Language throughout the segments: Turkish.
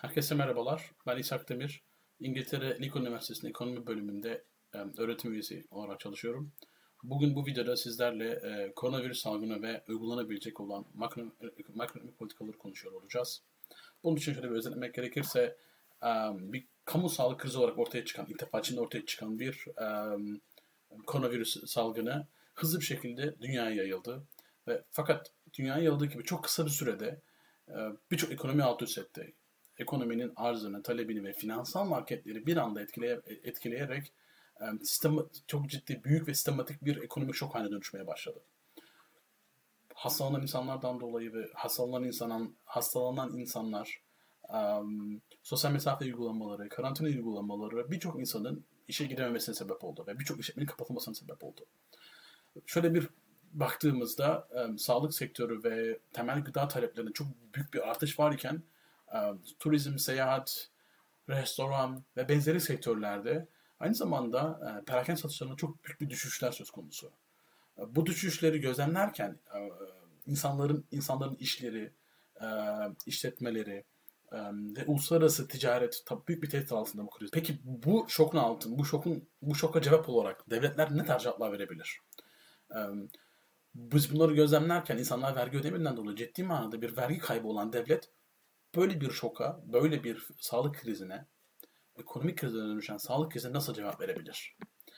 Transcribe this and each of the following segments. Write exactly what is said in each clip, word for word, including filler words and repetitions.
Herkese merhabalar. Ben İshak Demir. İngiltere Lincoln Üniversitesi'nin ekonomi bölümünde e, öğretim üyesi olarak çalışıyorum. Bugün bu videoda sizlerle e, koronavirüs salgını ve uygulanabilecek olan makro, makroekonomik politikaları konuşuyor olacağız. Bunun için şöyle bir özetlemek gerekirse e, bir kamu sağlık krizi olarak ortaya çıkan, ilk defa Çin'de ortaya çıkan bir e, koronavirüs salgını hızlı bir şekilde dünyaya yayıldı. Ve fakat dünyaya yayıldığı gibi çok kısa bir sürede e, birçok ekonomi alt üst etti. Ekonominin arzını, talebini ve finansal marketleri bir anda etkileye, etkileyerek e, sistem, çok ciddi, büyük ve sistematik bir ekonomik şok haline dönüşmeye başladı. Hastalanan insanlardan dolayı ve hastalanan insanan, hastalanan insanlar, um, sosyal mesafe uygulamaları, karantina uygulamaları birçok insanın işe girememesine sebep oldu ve birçok işletmenin kapatılmasına sebep oldu. Şöyle bir baktığımızda e, sağlık sektörü ve temel gıda taleplerinde çok büyük bir artış varken e, turizm, seyahat, restoran ve benzeri sektörlerde aynı zamanda e, perakende satışlarında çok büyük bir düşüşler söz konusu. E, bu düşüşleri gözlemlerken e, insanların insanların işleri, e, işletmeleri e, ve uluslararası ticaret tabii büyük bir tehdit altında bu kriz. Peki bu şokun altın, bu şokun bu şoka cevap olarak devletler ne tarz cevaplar verebilir? E, Biz bunları gözlemlerken insanlar vergi ödemediğinden dolayı ciddi manada bir vergi kaybı olan devlet böyle bir şoka, böyle bir sağlık krizine, ekonomik krizine dönüşen sağlık krizine nasıl cevap verebilir?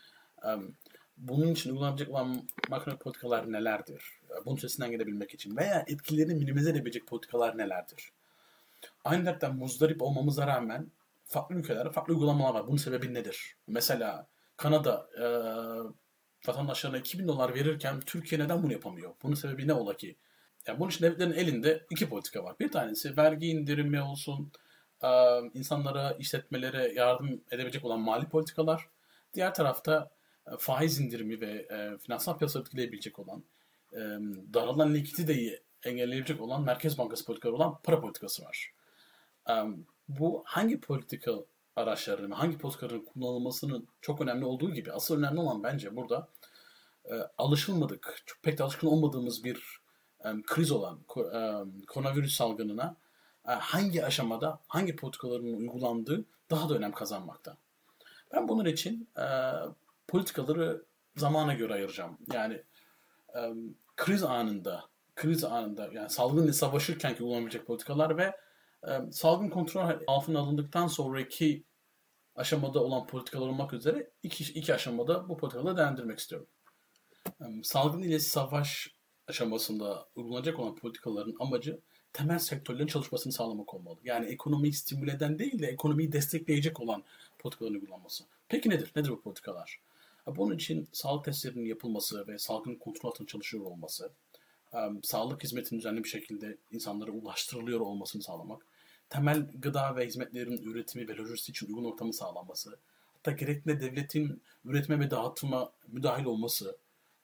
Bunun için uygulanabilecek olan makro politikalar nelerdir? Bunun üstesinden gelebilmek için veya etkilerini minimize edebilecek politikalar nelerdir? Aynı dertten muzdarip olmamıza rağmen farklı ülkelerde farklı uygulamalar var. Bunun sebebi nedir? Mesela Kanada e, vatandaşlarına iki bin dolar verirken Türkiye neden bunu yapamıyor? Bunun sebebi ne ola ki? Yani bunun için devletlerin elinde iki politika var. Bir tanesi vergi indirimi olsun, insanlara, işletmelere yardım edebilecek olan mali politikalar. Diğer tarafta faiz indirimi ve finansal piyasaları etkileyebilecek olan, daralan likiditeyi engelleyebilecek olan Merkez Bankası politikaları olan para politikası var. Bu hangi politika araçlarının, hangi politikaların kullanılmasının çok önemli olduğu gibi asıl önemli olan bence burada alışılmadık, çok pek de alışkın olmadığımız bir kriz olan koronavirüs salgınına hangi aşamada hangi politikaların uygulandığı daha da önem kazanmakta. Ben bunun için politikaları zamana göre ayıracağım. Yani kriz anında, kriz anında yani salgınla savaşırken ki uygulanabilecek politikalar ve salgın kontrol altına alındıktan sonraki aşamada olan politikalar olmak üzere iki, iki aşamada bu politikaları değerlendirmek istiyorum. Salgın ile savaş aşamasında uygulanacak olan politikaların amacı temel sektörlerin çalışmasını sağlamak olmalı. Yani ekonomiyi stimüle eden değil de ekonomiyi destekleyecek olan politikaların uygulanması. Peki nedir? Nedir bu politikalar? Bunun için sağlık testlerinin yapılması ve salgın kontrol altında çalışıyor olması, sağlık hizmetinin düzenli bir şekilde insanlara ulaştırılıyor olmasını sağlamak, temel gıda ve hizmetlerin üretimi ve lojistik için uygun ortamı sağlanması, hatta gerekli devletin üretime ve dağıtıma müdahil olması,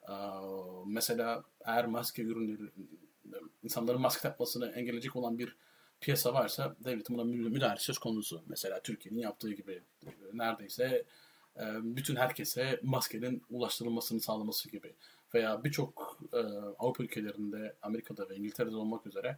mesela eğer maske ürünleri, insanların maske takmasını engelleyecek olan bir piyasa varsa devletin buna müdahale söz konusu. Mesela Türkiye'nin yaptığı gibi neredeyse bütün herkese maskenin ulaştırılmasını sağlaması gibi. Veya birçok Avrupa ülkelerinde, Amerika'da ve İngiltere'de olmak üzere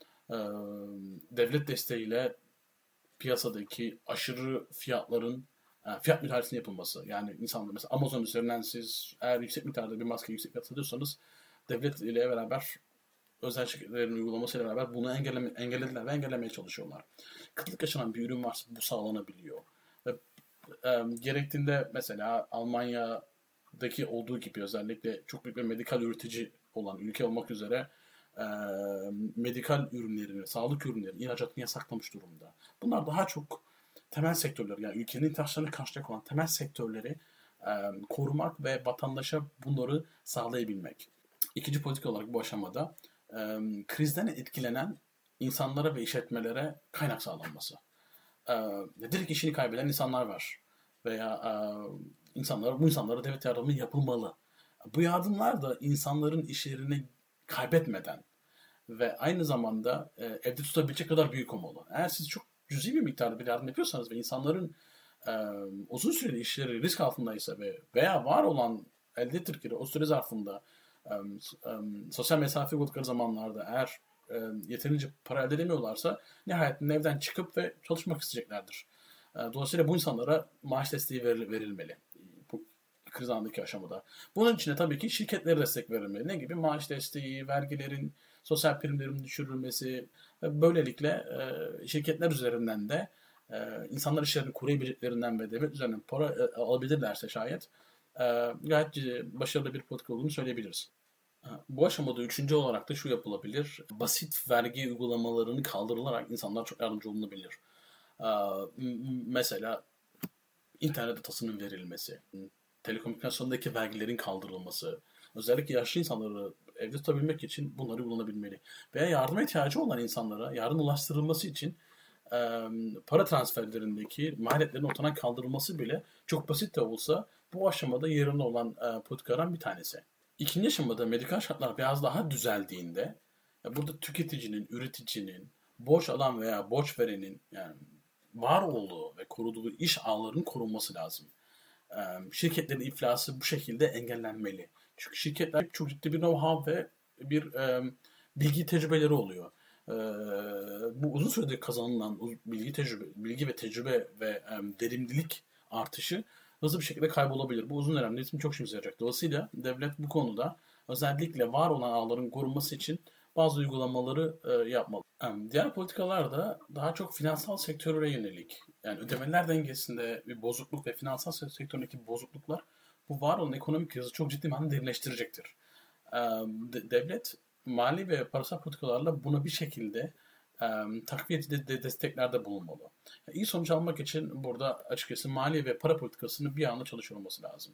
devlet desteğiyle piyasadaki aşırı fiyatların fiyat müdahalesinin yapılması. Yani insanlar mesela Amazon üzerinden siz eğer yüksek miktarda bir maske yüksek fiyat satıyorsanız devlet ile beraber özel şirketlerin uygulamasıyla beraber bunu engelleme, engellediler ve engellemeye çalışıyorlar. Kıtlık yaşanan bir ürün varsa bu sağlanabiliyor. Ve e, gerektiğinde mesela Almanya'daki olduğu gibi özellikle çok büyük bir medikal üretici olan ülke olmak üzere e, medikal ürünlerini, sağlık ürünlerini ihracatını yasaklamış durumda. Bunlar daha çok temel sektörler, yani ülkenin ihtiyaçlarını karşılayacak olan temel sektörleri e, korumak ve vatandaşa bunları sağlayabilmek. İkinci politika olarak bu aşamada e, krizden etkilenen insanlara ve işletmelere kaynak sağlanması. E, direkt işini kaybeden insanlar var veya e, insanlara, bu insanlara devlet yardımı yapılmalı. Bu yardımlar da insanların işlerini kaybetmeden ve aynı zamanda e, evde tutabilecek kadar büyük olmalı. Eğer siz çok cüzi bir miktarda bir yardım yapıyorsanız ve insanların e, uzun süreli işleri risk altındaysa ve veya var olan elde ettikleri o süre zarfında e, e, sosyal mesafe uyguladıkları zamanlarda eğer e, yeterince para elde edemiyorlarsa nihayetinde evden çıkıp ve çalışmak isteyeceklerdir. E, dolayısıyla bu insanlara maaş desteği veril- verilmeli. Bu kriz anındaki aşamada. Bunun için de tabii ki şirketlere destek verilmeli. Ne gibi? Maaş desteği, vergilerin, sosyal primlerin düşürülmesi ve böylelikle e, şirketler üzerinden de e, insanlar işlerini koruyabileceklerinden ve devlet üzerinden para e, alabilirlerse şayet e, gayet e, başarılı bir politika olduğunu söyleyebiliriz. E, Bu aşamada üçüncü olarak da şu yapılabilir. Basit vergi uygulamalarını kaldırılarak insanlar çok yardımcı olunabilir. E, Mesela internet datasının verilmesi, telekomünikasyondaki vergilerin kaldırılması, özellikle yaşlı insanları evde tutabilmek için bunları uygulanabilmeli. Veya yardıma ihtiyacı olan insanlara yardım ulaştırılması için e, para transferlerindeki maliyetlerin ortadan kaldırılması bile çok basit de olsa bu aşamada yerinde olan e, politikadan bir tanesi. İkinci aşamada medikal şartlar biraz daha düzeldiğinde ya burada tüketicinin, üreticinin, borç alan veya borç verenin yani var olduğu ve koruduğu iş ağlarının korunması lazım. Ee, Şirketlerin iflası bu şekilde engellenmeli. Çünkü şirketler çok ciddi bir know-how ve bir e, bilgi tecrübeleri oluyor. Ee, Bu uzun süredir kazanılan bilgi tecrübe, bilgi ve tecrübe ve e, derinlik artışı hızlı bir şekilde kaybolabilir. Bu uzun dönemde için çok işimize yarayacak. Dolayısıyla devlet bu konuda özellikle var olan ağların korunması için bazı uygulamaları e, yapmalı. Yani diğer politikalar da daha çok finansal sektöre yönelik. Yani ödemeler dengesinde bir bozukluk ve finansal sektöründeki bozukluklar bu var olan ekonomik krizi çok ciddi manada derinleştirecektir. Ee, Devlet mali ve parasal politikalarla buna bir şekilde e, takviye de, de desteklerde bulunmalı. Yani iyi sonuç almak için burada açıkçası mali ve para politikasının bir anda çalışıyor olması lazım.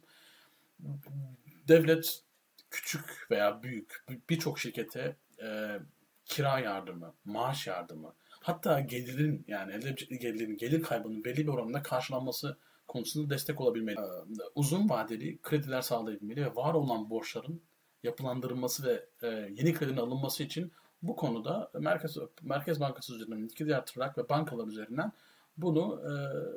Devlet küçük veya büyük birçok şirkete e, kira yardımı, maaş yardımı, hatta gelirin yani elde edilecek gelirin, gelir kaybının belli bir oranda karşılanması konusunda destek olabilmeli. E, uzun vadeli krediler sağlayabilmeli ve var olan borçların yapılandırılması ve e, yeni kredinin alınması için bu konuda Merkez Merkez Bankası üzerinden likidite artırarak ve bankalar üzerinden bunu e,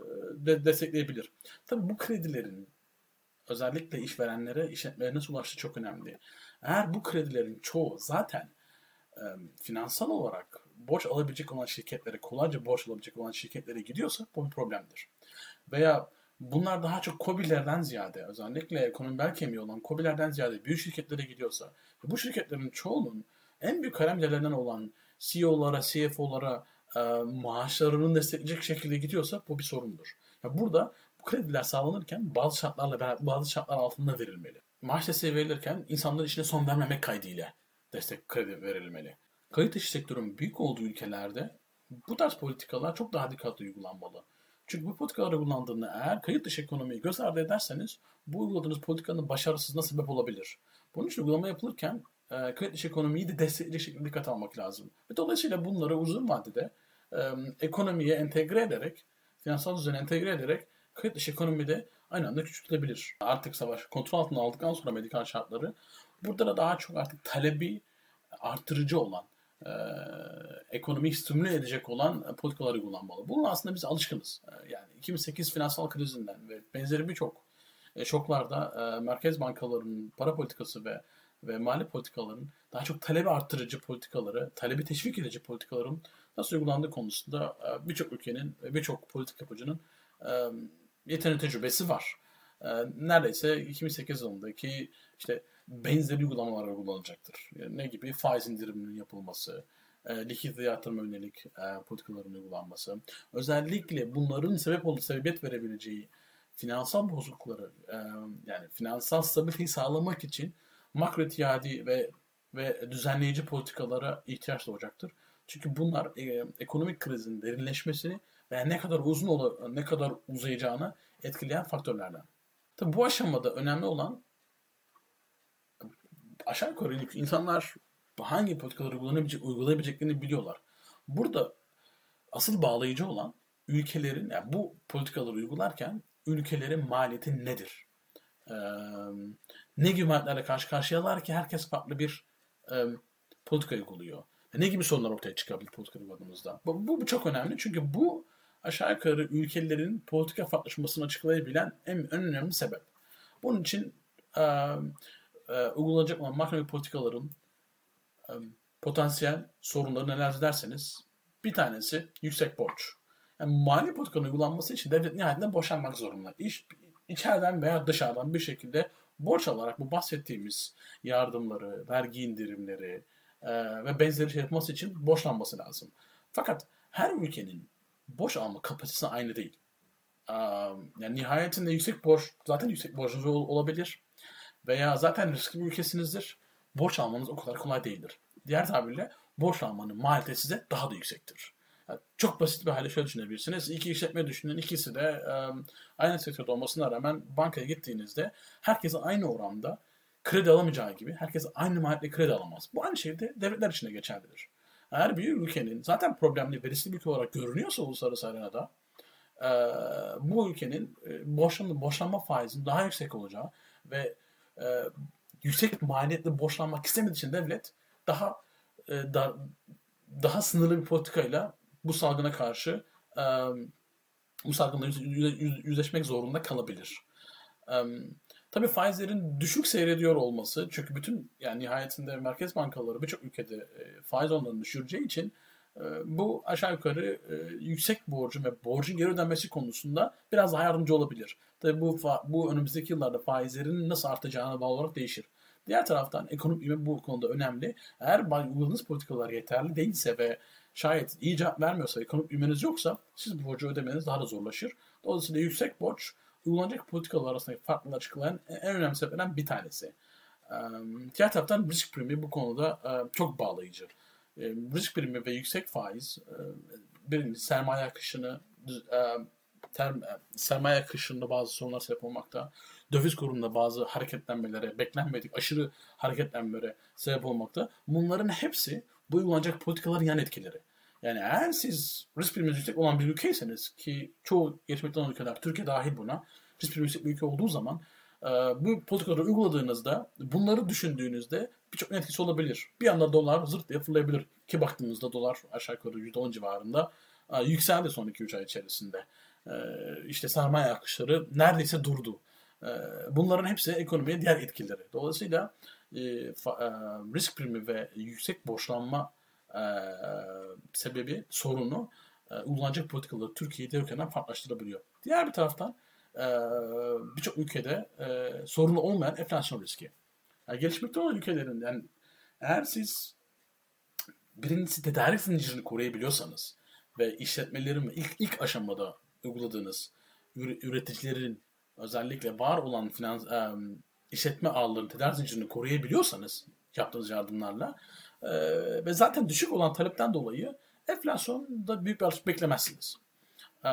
de destekleyebilir. Tabii bu kredilerin özellikle işverenlere, işletmelerine nasıl ulaştığı çok önemli. Eğer bu kredilerin çoğu zaten e, finansal olarak borç alabilecek olan şirketlere, kolayca borç alabilecek olan şirketlere gidiyorsa bu bir problemdir. Veya bunlar daha çok KOBİ'lerden ziyade, özellikle ekonomi bel kemiği olan KOBİ'lerden ziyade büyük şirketlere gidiyorsa, ve bu şirketlerin çoğunun en büyük kalemcelerinden olan C E O'lara, C F O'lara e, maaşlarını destekleyecek şekilde gidiyorsa bu bir sorundur. Ya burada bu krediler sağlanırken bazı şartlarla beraber, bazı şartlar altında verilmeli. Maaş desteği verilirken insanların işine son vermemek kaydıyla destek kredi verilmeli. Kayıt dışı sektörün büyük olduğu ülkelerde bu tarz politikalar çok daha dikkatli uygulanmalı. Çünkü bu politikalar uygulandığında eğer kayıt dışı ekonomiyi göz ardı ederseniz bu uyguladığınız politikanın başarısızlığına sebep olabilir. Bunun için uygulama yapılırken e, kayıt dışı ekonomiyi de destekleyecek şekilde dikkat almak lazım. Ve dolayısıyla bunları uzun vadede e, ekonomiye entegre ederek, finansal düzene entegre ederek kayıt dışı ekonomide aynı anda küçültülebilir. Artık savaş kontrol altına aldıktan sonra medikal şartları burada da daha çok artık talebi artırıcı olan, e, ekonomiyi stimüle edecek olan politikalar uygulanmalı. Bunun aslında biz alışkınız. E, yani iki bin sekiz finansal krizinden ve benzeri birçok e, şoklarda e, merkez bankalarının para politikası ve ve mali politikaların daha çok talebi arttırıcı politikaları, talebi teşvik edici politikaların nasıl uygulandığı konusunda e, birçok ülkenin ve birçok politik yapıcının e, yeterli tecrübesi var. E, neredeyse iki bin sekiz yılındaki işte benzeri uygulamalar uygulanacaktır. Yani ne gibi? Faiz indiriminin yapılması, e, likidite artırma yönelik e, politikaların uygulanması. Özellikle bunların sebep olduğu, sebebiyet verebileceği finansal bozuklukları, e, yani finansal stabiliteyi sağlamak için makro ihtiyadi ve ve düzenleyici politikalara ihtiyaç doğacaktır. Çünkü bunlar e, ekonomik krizin derinleşmesini ve ne kadar uzun ola, ne kadar uzayacağını etkileyen faktörlerden. Tabii bu aşamada önemli olan aşağı yukarı insanlar hangi politikaları uygulanabilecek, uygulayabileceklerini biliyorlar. Burada asıl bağlayıcı olan ülkelerin, yani bu politikaları uygularken ülkelerin maliyeti nedir? Ee, Ne gibi maliyetlerle karşı karşıyalar ki herkes farklı bir e, politika uyguluyor. Ne gibi sorunlar ortaya çıkabilir politika uyguladığımızda? Bu, bu, bu çok önemli çünkü bu aşağı yukarı ülkelerin politika farklılaşmasını açıklayabilen en, en önemli sebep. Bunun için e, e, uygulanacak olan makro politikaların e, potansiyel sorunları neler derseniz bir tanesi yüksek borç. Yani mali politikanın uygulanması için devlet nihayetinde borçlanmak zorunda. İş, içeriden veya dışarıdan bir şekilde borç alarak bu bahsettiğimiz yardımları, vergi indirimleri e, ve benzeri şey yapması için borçlanması lazım. Fakat her ülkenin borç alma kapasitesi aynı değil. E, yani nihayetinde yüksek borç, zaten yüksek borcunuz olabilir veya zaten riskli bir ülkesinizdir. Borç almanız o kadar kolay değildir. Diğer tabirle borç almanın maliyeti size daha da yüksektir. Yani çok basit bir hale şöyle düşünebilirsiniz. İki işletme düşünün. İkisi de e, aynı sektörde olmasına rağmen bankaya gittiğinizde herkese aynı oranda kredi alamayacağı gibi herkes aynı maliyetle kredi alamaz. Bu aynı şey de devletler için de geçerlidir. Eğer bir ülkenin zaten problemli ve riskli bir ülke olarak görünüyorsa uluslararası arenada e, bu ülkenin e, borçlanma, borçlanma faizinin daha yüksek olacağı ve e, yüksek maliyetle borçlanmak istemediği için devlet daha e, da, daha sınırlı bir politikayla bu salgına karşı e, bu salgınla yüz, yüz, yüzleşmek zorunda kalabilir. E, tabii faizlerin düşük seyrediyor olması, çünkü bütün yani nihayetinde merkez bankaları birçok ülkede e, faiz oranlarını düşüreceği için e, bu aşağı yukarı e, yüksek borcun ve borcun geri ödenmesi konusunda biraz daha yardımcı olabilir. Tabii bu bu önümüzdeki yıllarda faizlerin nasıl artacağına bağlı olarak değişir. Diğer taraftan ekonomik büyüme bu konuda önemli. Eğer uyguladığınız politikalar yeterli değilse ve şayet iyi cevap vermiyorsa, ekonomik büyümeniz yoksa siz bu borcu ödemeniz daha da zorlaşır. Dolayısıyla yüksek borç uygulanacak politikalar arasındaki farklılığı açıklayan en önemli sebeplerden bir tanesi. Diğer taraftan risk primi bu konuda çok bağlayıcı. Risk primi ve yüksek faiz birinci sermaye akışını term, sermaye akışında bazı sorunlar sebep olmakta. Döviz kurunda bazı hareketlenmelere, beklenmedik aşırı hareketlenmelere sebep olmakta. Bunların hepsi bu uygulanacak politikaların yan etkileri. Yani eğer siz risk priminiz yüksek olan bir ülkeyseniz, ki çoğu gelişmekte olan ülkeler, Türkiye dahil buna, risk primi yüksek bir ülke olduğu zaman bu politikaları uyguladığınızda, bunları düşündüğünüzde birçok etkisi olabilir. Bir anda dolar zırt diye fırlayabilir. Ki baktığımızda dolar aşağı yukarı yüzde on civarında yükseldi son iki üç ay içerisinde. İşte sermaye akışları neredeyse durdu. Bunların hepsi ekonomiye diğer etkileri. Dolayısıyla risk primi ve yüksek borçlanma sebebi, sorunu uygulanacak politikaları Türkiye'yi diğer ülkelerden farklılaştırabiliyor. Diğer bir taraftan birçok ülkede sorunu olmayan enflasyon riski. Yani gelişmekte olan ülkelerin, yani eğer siz birincisi tedarik zincirini koruyabiliyorsanız ve işletmelerin ilk ilk aşamada uyguladığınız üreticilerin özellikle var olan finans e, işletme ağlarının tedarik zincirini koruyabiliyorsanız yaptığınız yardımlarla e, ve zaten düşük olan talepten dolayı enflasyonda büyük bir artış beklemezsiniz. E,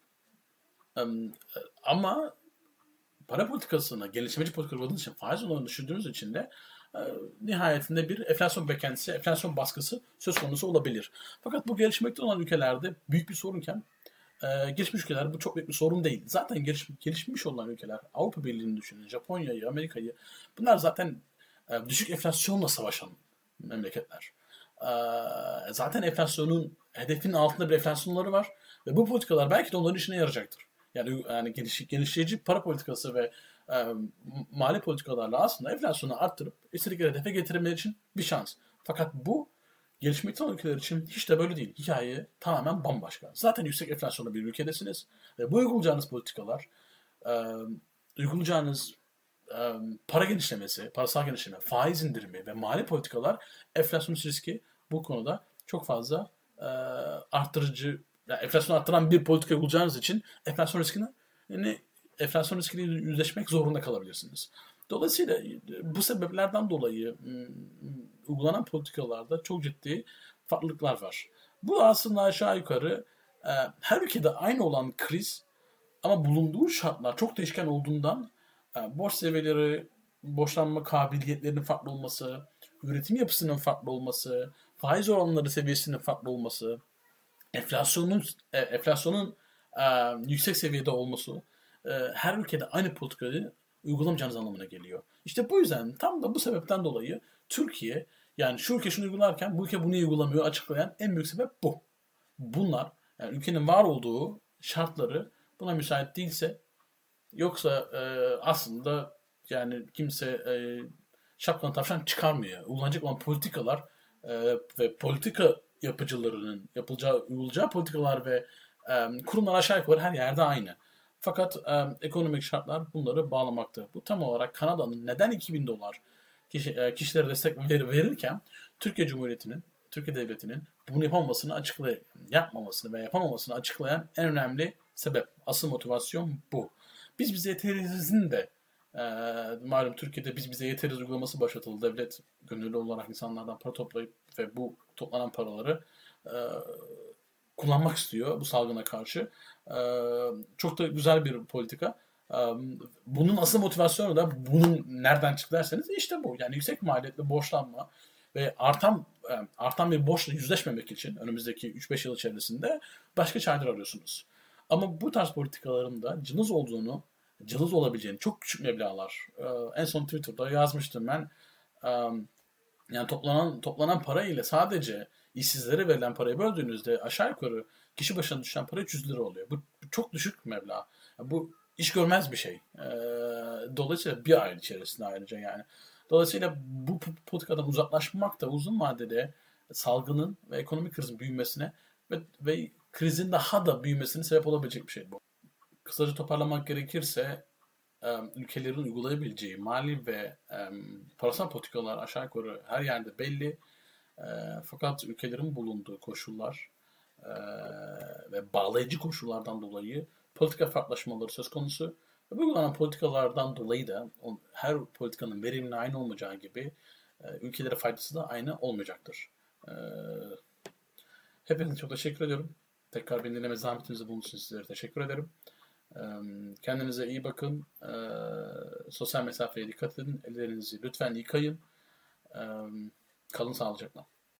e, ama para politikasına, gelişmeci politika uyguladığınız için, faiz oranını düşürdüğünüz için de e, nihayetinde bir enflasyon beklentisi, enflasyon baskısı söz konusu olabilir. Fakat bu gelişmekte olan ülkelerde büyük bir sorunken e, gelişmiş ülkeler bu çok büyük bir sorun değil. Zaten geliş, gelişmiş olan ülkeler, Avrupa Birliği'ni düşünün, Japonya'yı, Amerika'yı, bunlar zaten e, düşük enflasyonla savaşan memleketler. E, zaten enflasyonun hedefinin altında bir enflasyonları var ve bu politikalar belki de onların işine yarayacaktır. Yani, yani geniş, genişleyici para politikası ve e, mali politikalarla aslında enflasyonu arttırıp istedikleri hedefe getirmeleri için bir şans. Fakat bu gelişmekte olan ülkeler için hiç de böyle değil. Hikaye tamamen bambaşka. Zaten yüksek enflasyonlu bir ülkedesiniz ve bu uygulayacağınız politikalar, e, uygulayacağınız e, para genişlemesi, parasal genişleme, faiz indirimi ve mali politikalar enflasyon riski bu konuda çok fazla e, arttırıcı, yani enflasyonu arttıran bir politika uygulayacağınız için enflasyon riskini yani enflasyon riskiyle yüzleşmek zorunda kalabilirsiniz. Dolayısıyla bu sebeplerden dolayı uygulanan politikalarda çok ciddi farklılıklar var. Bu aslında aşağı yukarı her ülkede aynı olan kriz ama bulunduğu şartlar çok değişken olduğundan borç seviyeleri, borçlanma kabiliyetlerinin farklı olması, üretim yapısının farklı olması, faiz oranları seviyesinin farklı olması, enflasyonun enflasyonun yüksek seviyede olması her ülkede aynı politikayı uygulamayacağınız anlamına geliyor. İşte bu yüzden, tam da bu sebepten dolayı Türkiye, yani şu ülke şunu uygularken bu ülke bunu uygulamıyor açıklayan en büyük sebep bu. Bunlar, yani ülkenin var olduğu şartları buna müsait değilse, yoksa e, aslında yani kimse e, şapkadan tavşan çıkarmıyor. Uygulanacak olan politikalar e, ve politika yapıcılarının yapılacağı, uygulayacağı politikalar ve e, kurumlar aşağı yukarı her yerde aynı. Fakat e, ekonomik şartlar bunları bağlamakta. Bu tam olarak Kanada'nın neden iki bin dolar kişi, e, kişilere destek ver, verirken Türkiye Cumhuriyeti'nin, Türkiye Devleti'nin bunu yapamamasını açıklayan, yapmamasını ve yapamamasını açıklayan en önemli sebep. Asıl motivasyon bu. Biz bize yeterizin de e, malum Türkiye'de biz bize yeteriz uygulaması başlatıldı. Devlet gönüllü olarak insanlardan para toplayıp ve bu toplanan paraları e, kullanmak istiyor bu salgına karşı. E, çok da güzel bir politika. E, bunun asıl motivasyonu da bunun nereden çıktı derseniz işte bu. Yani yüksek maliyetli borçlanma ve artan e, artan bir borçla yüzleşmemek için önümüzdeki üç beş yıl içerisinde başka çareler arıyorsunuz. Ama bu tarz politikaların da cılız olduğunu, cılız olabileceğini, çok küçük meblağlar. E, en son Twitter'da yazmıştım ben. E, yani toplanan toplanan para ile sadece işsizlere verilen parayı böldüğünüzde aşağı yukarı kişi başına düşen para üç yüz lira oluyor. Bu, bu çok düşük bir meblağ. Bu iş görmez bir şey. Ee, dolayısıyla bir ay içerisinde ayrıca yani. Dolayısıyla bu politikadan uzaklaşmak da uzun vadede salgının ve ekonomik krizin büyümesine ve, ve krizin daha da büyümesine sebep olabilecek bir şey bu. Kısaca toparlamak gerekirse ülkelerin uygulayabileceği mali ve parasal politikalar aşağı yukarı her yerde belli. Fakat ülkelerin bulunduğu koşullar ve bağlayıcı koşullardan dolayı politika farklılaşmaları söz konusu. Ve bu uygulanan politikalardan dolayı da her politikanın verimli aynı olmayacağı gibi ülkelere faydası da aynı olmayacaktır. Hepinize çok teşekkür ediyorum. Tekrar beni dinleme zahmetinizde bulunduğunuz için sizlere teşekkür ederim. Kendinize iyi bakın. Sosyal mesafeye dikkat edin. Ellerinizi lütfen yıkayın. Kalın sağlıcakla.